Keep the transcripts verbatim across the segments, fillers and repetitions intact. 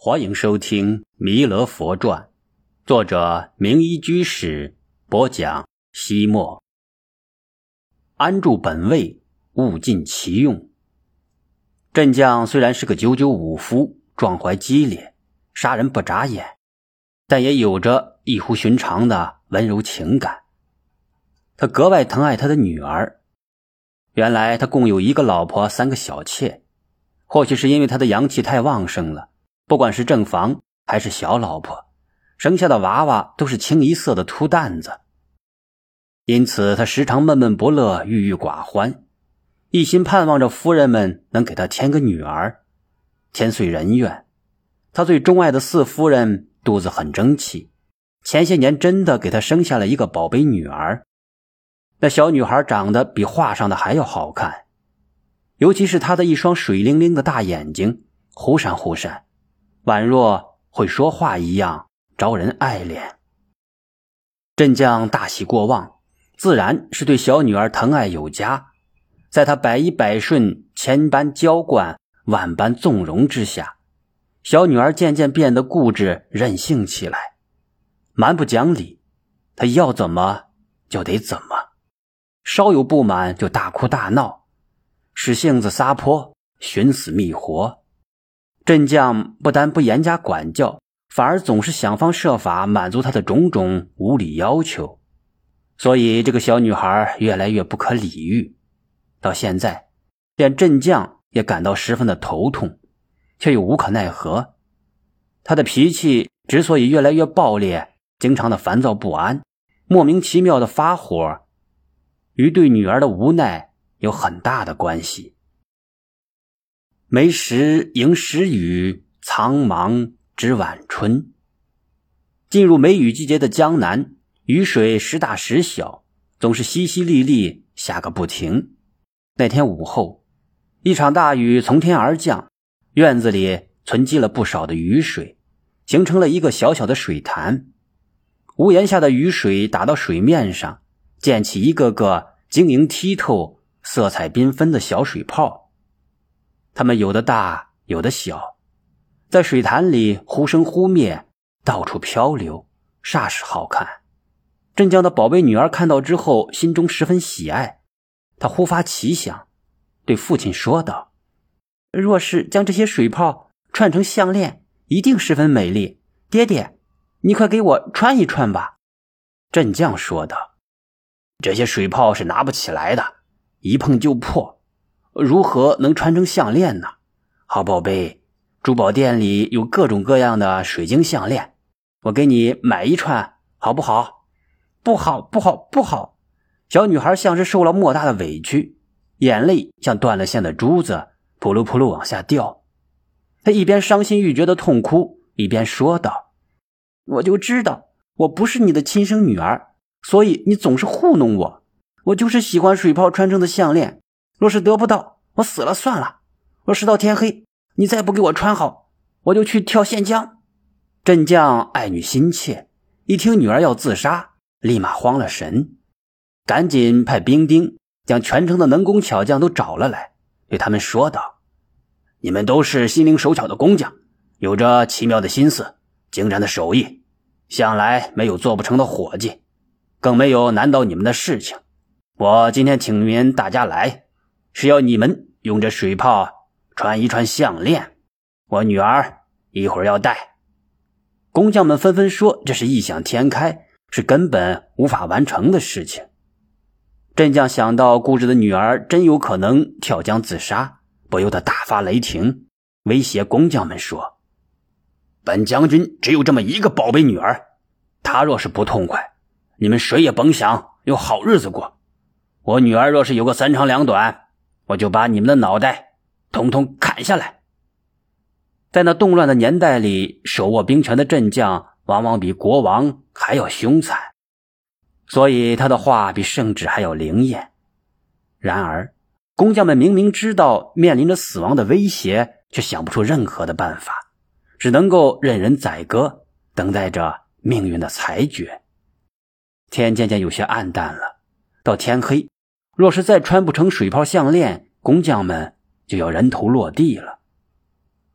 欢迎收听《弥勒佛传》，作者明一居士播讲西末。安住本位，物尽其用。镇将虽然是个九九五夫，壮怀激烈，杀人不眨眼，但也有着异乎寻常的温柔情感。他格外疼爱他的女儿。原来他共有一个老婆，三个小妾。或许是因为他的阳气太旺盛了，不管是正房还是小老婆，生下的娃娃都是清一色的秃蛋子。因此他时常闷闷不乐，郁郁寡欢，一心盼望着夫人们能给他添个女儿。天遂人愿，他最钟爱的四夫人肚子很争气，前些年真的给他生下了一个宝贝女儿。那小女孩长得比画上的还要好看，尤其是她的一双水灵灵的大眼睛，忽闪忽闪，宛若会说话一样，招人爱怜。镇将大喜过望，自然是对小女儿疼爱有加。在他百依百顺，千般娇惯，万般纵容之下，小女儿渐渐变得固执任性起来，蛮不讲理，她要怎么就得怎么，稍有不满就大哭大闹，使性子撒泼，寻死觅活。镇将不但不严加管教，反而总是想方设法满足他的种种无理要求，所以这个小女孩越来越不可理喻。到现在连镇将也感到十分的头痛，却又无可奈何。他的脾气之所以越来越暴烈，经常的烦躁不安，莫名其妙的发火，与对女儿的无奈有很大的关系。梅时迎时雨，苍茫知晚春。进入梅雨季节的江南，雨水时大时小，总是淅淅沥沥下个不停。那天午后，一场大雨从天而降，院子里存积了不少的雨水，形成了一个小小的水潭。屋檐下的雨水打到水面上，溅起一个个晶莹剔透、色彩缤纷的小水泡。它们有的大，有的小，在水潭里忽生忽灭，到处漂流，煞是好看。镇将的宝贝女儿看到之后，心中十分喜爱。他忽发奇想，对父亲说道：若是将这些水泡串成项链，一定十分美丽。爹爹，你快给我穿一穿吧。镇将说道：这些水泡是拿不起来的，一碰就破，如何能穿成项链呢？好宝贝，珠宝店里有各种各样的水晶项链，我给你买一串好不好？不好不好不好。小女孩像是受了莫大的委屈，眼泪像断了线的珠子扑噜扑噜往下掉。她一边伤心欲绝的痛哭，一边说道：我就知道我不是你的亲生女儿，所以你总是糊弄我。我就是喜欢水泡穿成的项链，若是得不到，我死了算了。若是到天黑，你再不给我穿好，我就去跳县江。镇将爱女心切，一听女儿要自杀，立马慌了神，赶紧派兵丁将全城的能工巧匠都找了来，对他们说道：你们都是心灵手巧的工匠，有着奇妙的心思，精湛的手艺，向来没有做不成的伙计，更没有难倒你们的事情。我今天请你们大家来，是要你们用这水泡穿一串项链，我女儿一会儿要戴。工匠们纷纷说这是异想天开，是根本无法完成的事情。镇将想到固执的女儿真有可能跳江自杀，不由得大发雷霆，威胁工匠们说：本将军只有这么一个宝贝女儿，她若是不痛快，你们谁也甭想有好日子过。我女儿若是有个三长两短，我就把你们的脑袋统统砍下来。在那动乱的年代里，手握兵权的镇将往往比国王还要凶残，所以他的话比圣旨还要灵验。然而工匠们明明知道面临着死亡的威胁，却想不出任何的办法，只能够任人宰割，等待着命运的裁决。天渐渐有些暗淡了，到天黑，若是再穿不成水泡项链，工匠们就要人头落地了。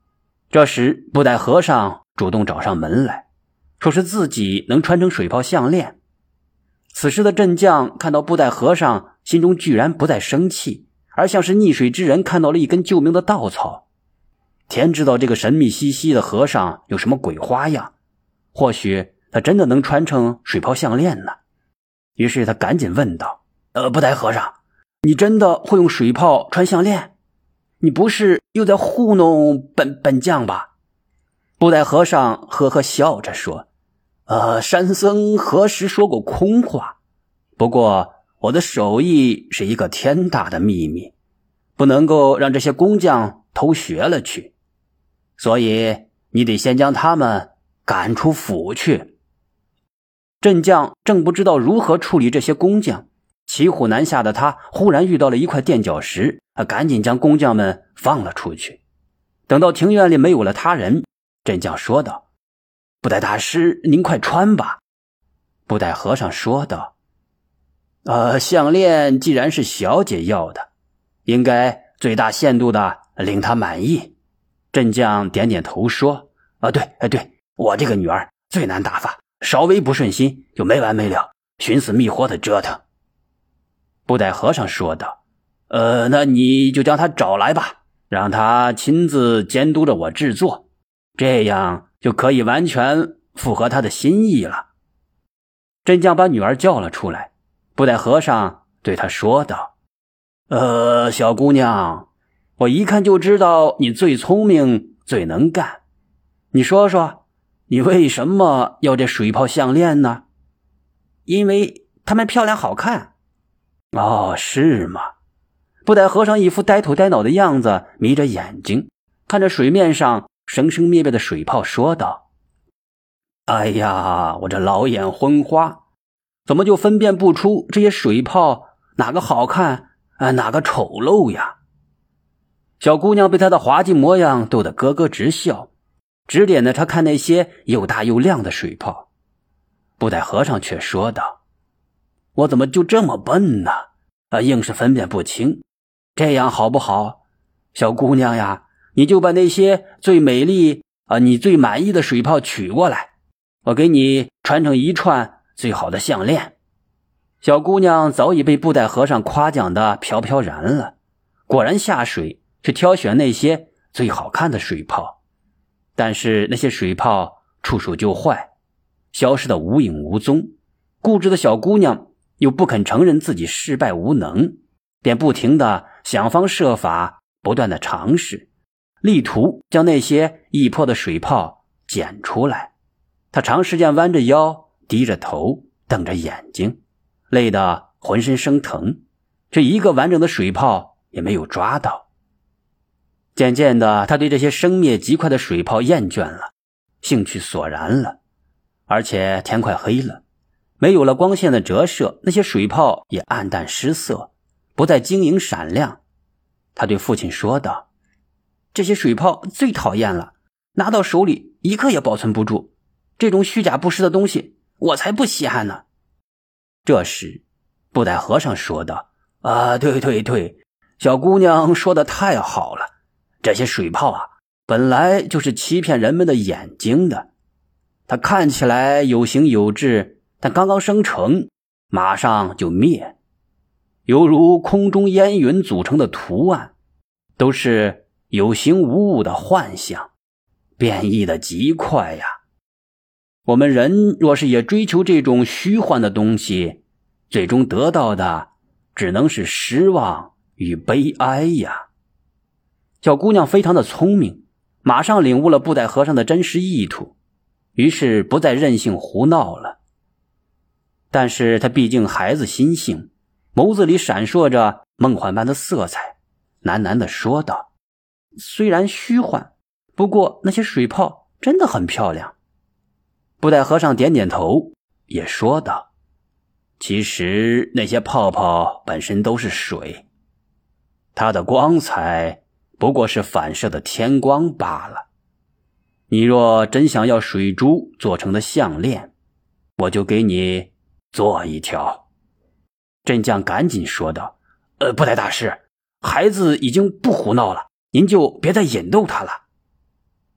这时布袋和尚主动找上门来，说是自己能穿成水泡项链。此时的镇将看到布袋和尚，心中居然不再生气，而像是溺水之人看到了一根救命的稻草。天知道这个神秘兮兮的和尚有什么鬼花样，或许他真的能穿成水泡项链呢。于是他赶紧问道：呃，布袋和尚，你真的会用水泡穿项链？你不是又在糊弄本本将吧？布袋和尚呵呵笑着说：呃，山僧何时说过空话？不过我的手艺是一个天大的秘密，不能够让这些工匠偷学了去，所以你得先将他们赶出府去。镇将正不知道如何处理这些工匠，骑虎难下的他忽然遇到了一块垫脚石，他赶紧将工匠们放了出去。等到庭院里没有了他人，镇将说道：布袋大师，您快穿吧。布袋和尚说道：呃，项链既然是小姐要的，应该最大限度的令她满意。镇将点点头说：啊，对，哎对，我这个女儿最难打发，稍微不顺心就没完没了，寻死觅活的折腾。布袋和尚说道：呃，那你就将她找来吧，让她亲自监督着我制作，这样就可以完全符合她的心意了。镇将把女儿叫了出来，布袋和尚对她说道：呃，小姑娘，我一看就知道你最聪明最能干，你说说，你为什么要这水泡项链呢？因为它们漂亮好看。哦，是吗？布袋和尚一副呆头呆脑的样子，眯着眼睛看着水面上生生灭灭的水泡说道：哎呀，我这老眼昏花，怎么就分辨不出这些水泡哪个好看啊，哪个丑陋呀？小姑娘被他的滑稽模样逗得咯咯直笑，指点着他看那些又大又亮的水泡。布袋和尚却说道：我怎么就这么笨呢？啊，硬是分辨不清。这样好不好？小姑娘呀，你就把那些最美丽啊，你最满意的水泡取过来，我给你穿成一串最好的项链。小姑娘早已被布袋和尚夸奖得飘飘然了，果然下水去挑选那些最好看的水泡。但是那些水泡触手就坏，消失得无影无踪。固执的小姑娘又不肯承认自己失败无能，便不停地想方设法，不断地尝试，力图将那些易破的水泡捡出来。她长时间弯着腰，低着头，瞪着眼睛，累得浑身生疼，却一个完整的水泡也没有抓到。渐渐的，他对这些生灭极快的水泡厌倦了，兴趣索然了。而且天快黑了，没有了光线的折射，那些水泡也暗淡失色，不再晶莹闪亮。他对父亲说道：这些水泡最讨厌了，拿到手里一刻也保存不住，这种虚假不实的东西我才不稀罕呢。这时布袋和尚说道：啊，对对对，小姑娘说的太好了，这些水泡啊，本来就是欺骗人们的眼睛的。它看起来有形有质，但刚刚生成，马上就灭，犹如空中烟云组成的图案，都是有形无物的幻象，变异的极快呀。我们人若是也追求这种虚幻的东西，最终得到的只能是失望与悲哀呀。小姑娘非常的聪明，马上领悟了布袋和尚的真实意图，于是不再任性胡闹了。但是她毕竟孩子心性，眸子里闪烁着梦幻般的色彩，喃喃地说道：虽然虚幻，不过那些水泡真的很漂亮。布袋和尚点点头，也说道：其实那些泡泡本身都是水，它的光彩不过是反射的天光罢了。你若真想要水珠做成的项链，我就给你做一条。镇将赶紧说道：呃，布袋大师，孩子已经不胡闹了，您就别再引逗他了。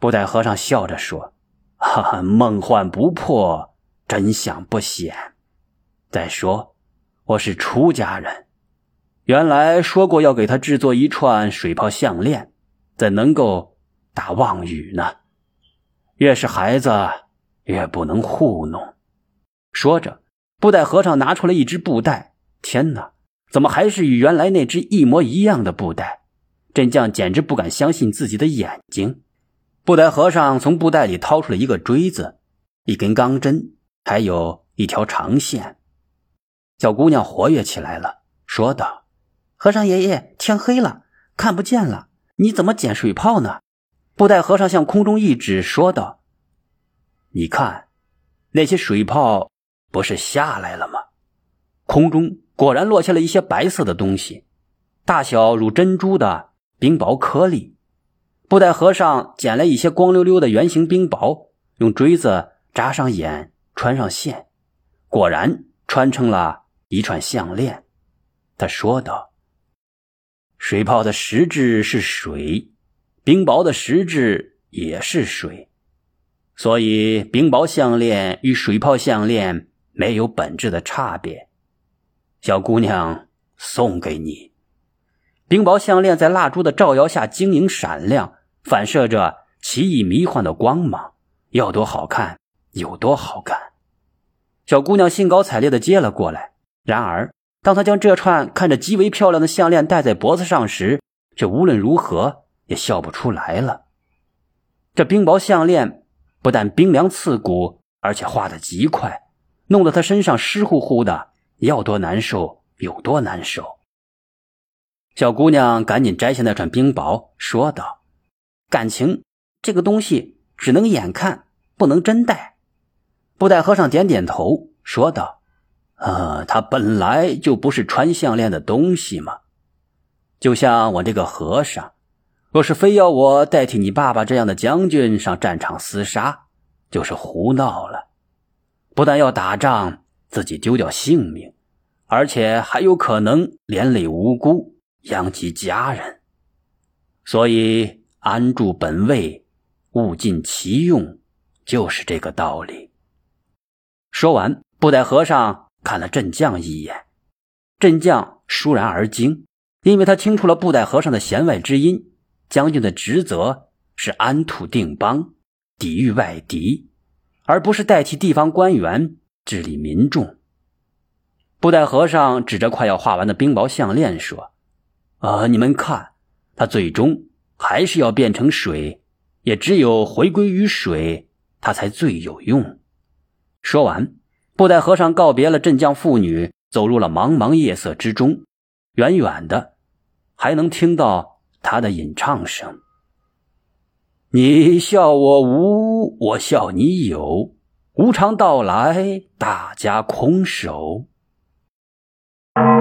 布袋和尚笑着说：哈哈，梦幻不破，真相不显。再说我是出家人，原来说过要给他制作一串水泡项链，怎能够打妄语呢？越是孩子越不能糊弄。说着，布袋和尚拿出了一只布袋。天哪，怎么还是与原来那只一模一样的布袋？镇将简直不敢相信自己的眼睛。布袋和尚从布袋里掏出了一个锥子，一根钢针，还有一条长线。小姑娘活跃起来了，说道：和尚爷爷，天黑了，看不见了，你怎么捡水泡呢？布袋和尚向空中一指，说道：你看，那些水泡不是下来了吗？空中果然落下了一些白色的东西，大小如珍珠的冰雹颗粒。布袋和尚捡来一些光溜溜的圆形冰雹，用锥子扎上眼，穿上线，果然穿成了一串项链。他说道：水泡的实质是水，冰雹的实质也是水，所以冰雹项链与水泡项链没有本质的差别。小姑娘，送给你。冰雹项链在蜡烛的照耀下晶莹闪亮，反射着奇异迷幻的光芒，要多好看有多好看。小姑娘兴高采烈地接了过来，然而当她将这串看着极为漂亮的项链戴在脖子上时，却无论如何也笑不出来了。这冰雹项链不但冰凉刺骨，而且化得极快，弄得她身上湿乎乎的，要多难受有多难受。小姑娘赶紧摘下那串冰雹，说道：感情这个东西只能眼看，不能真戴。布袋和尚点点头，说道：呃，它本来就不是穿项链的东西嘛。就像我这个和尚，若是非要我代替你爸爸这样的将军上战场厮杀，就是胡闹了。不但要打仗自己丢掉性命，而且还有可能连累无辜，殃及家人。所以安住本位，物尽其用，就是这个道理。说完，布袋和尚看了镇将一眼。镇将倏然而惊，因为他听出了布袋和尚的弦外之音，将军的职责是安土定邦，抵御外敌，而不是代替地方官员治理民众。布袋和尚指着快要画完的冰雹项链说：呃，你们看，它最终还是要变成水，也只有回归于水，它才最有用。说完，布袋和尚告别了镇将妇女，走入了茫茫夜色之中，远远的还能听到他的吟唱声：你笑我无，我笑你有，无常到来，大家空手。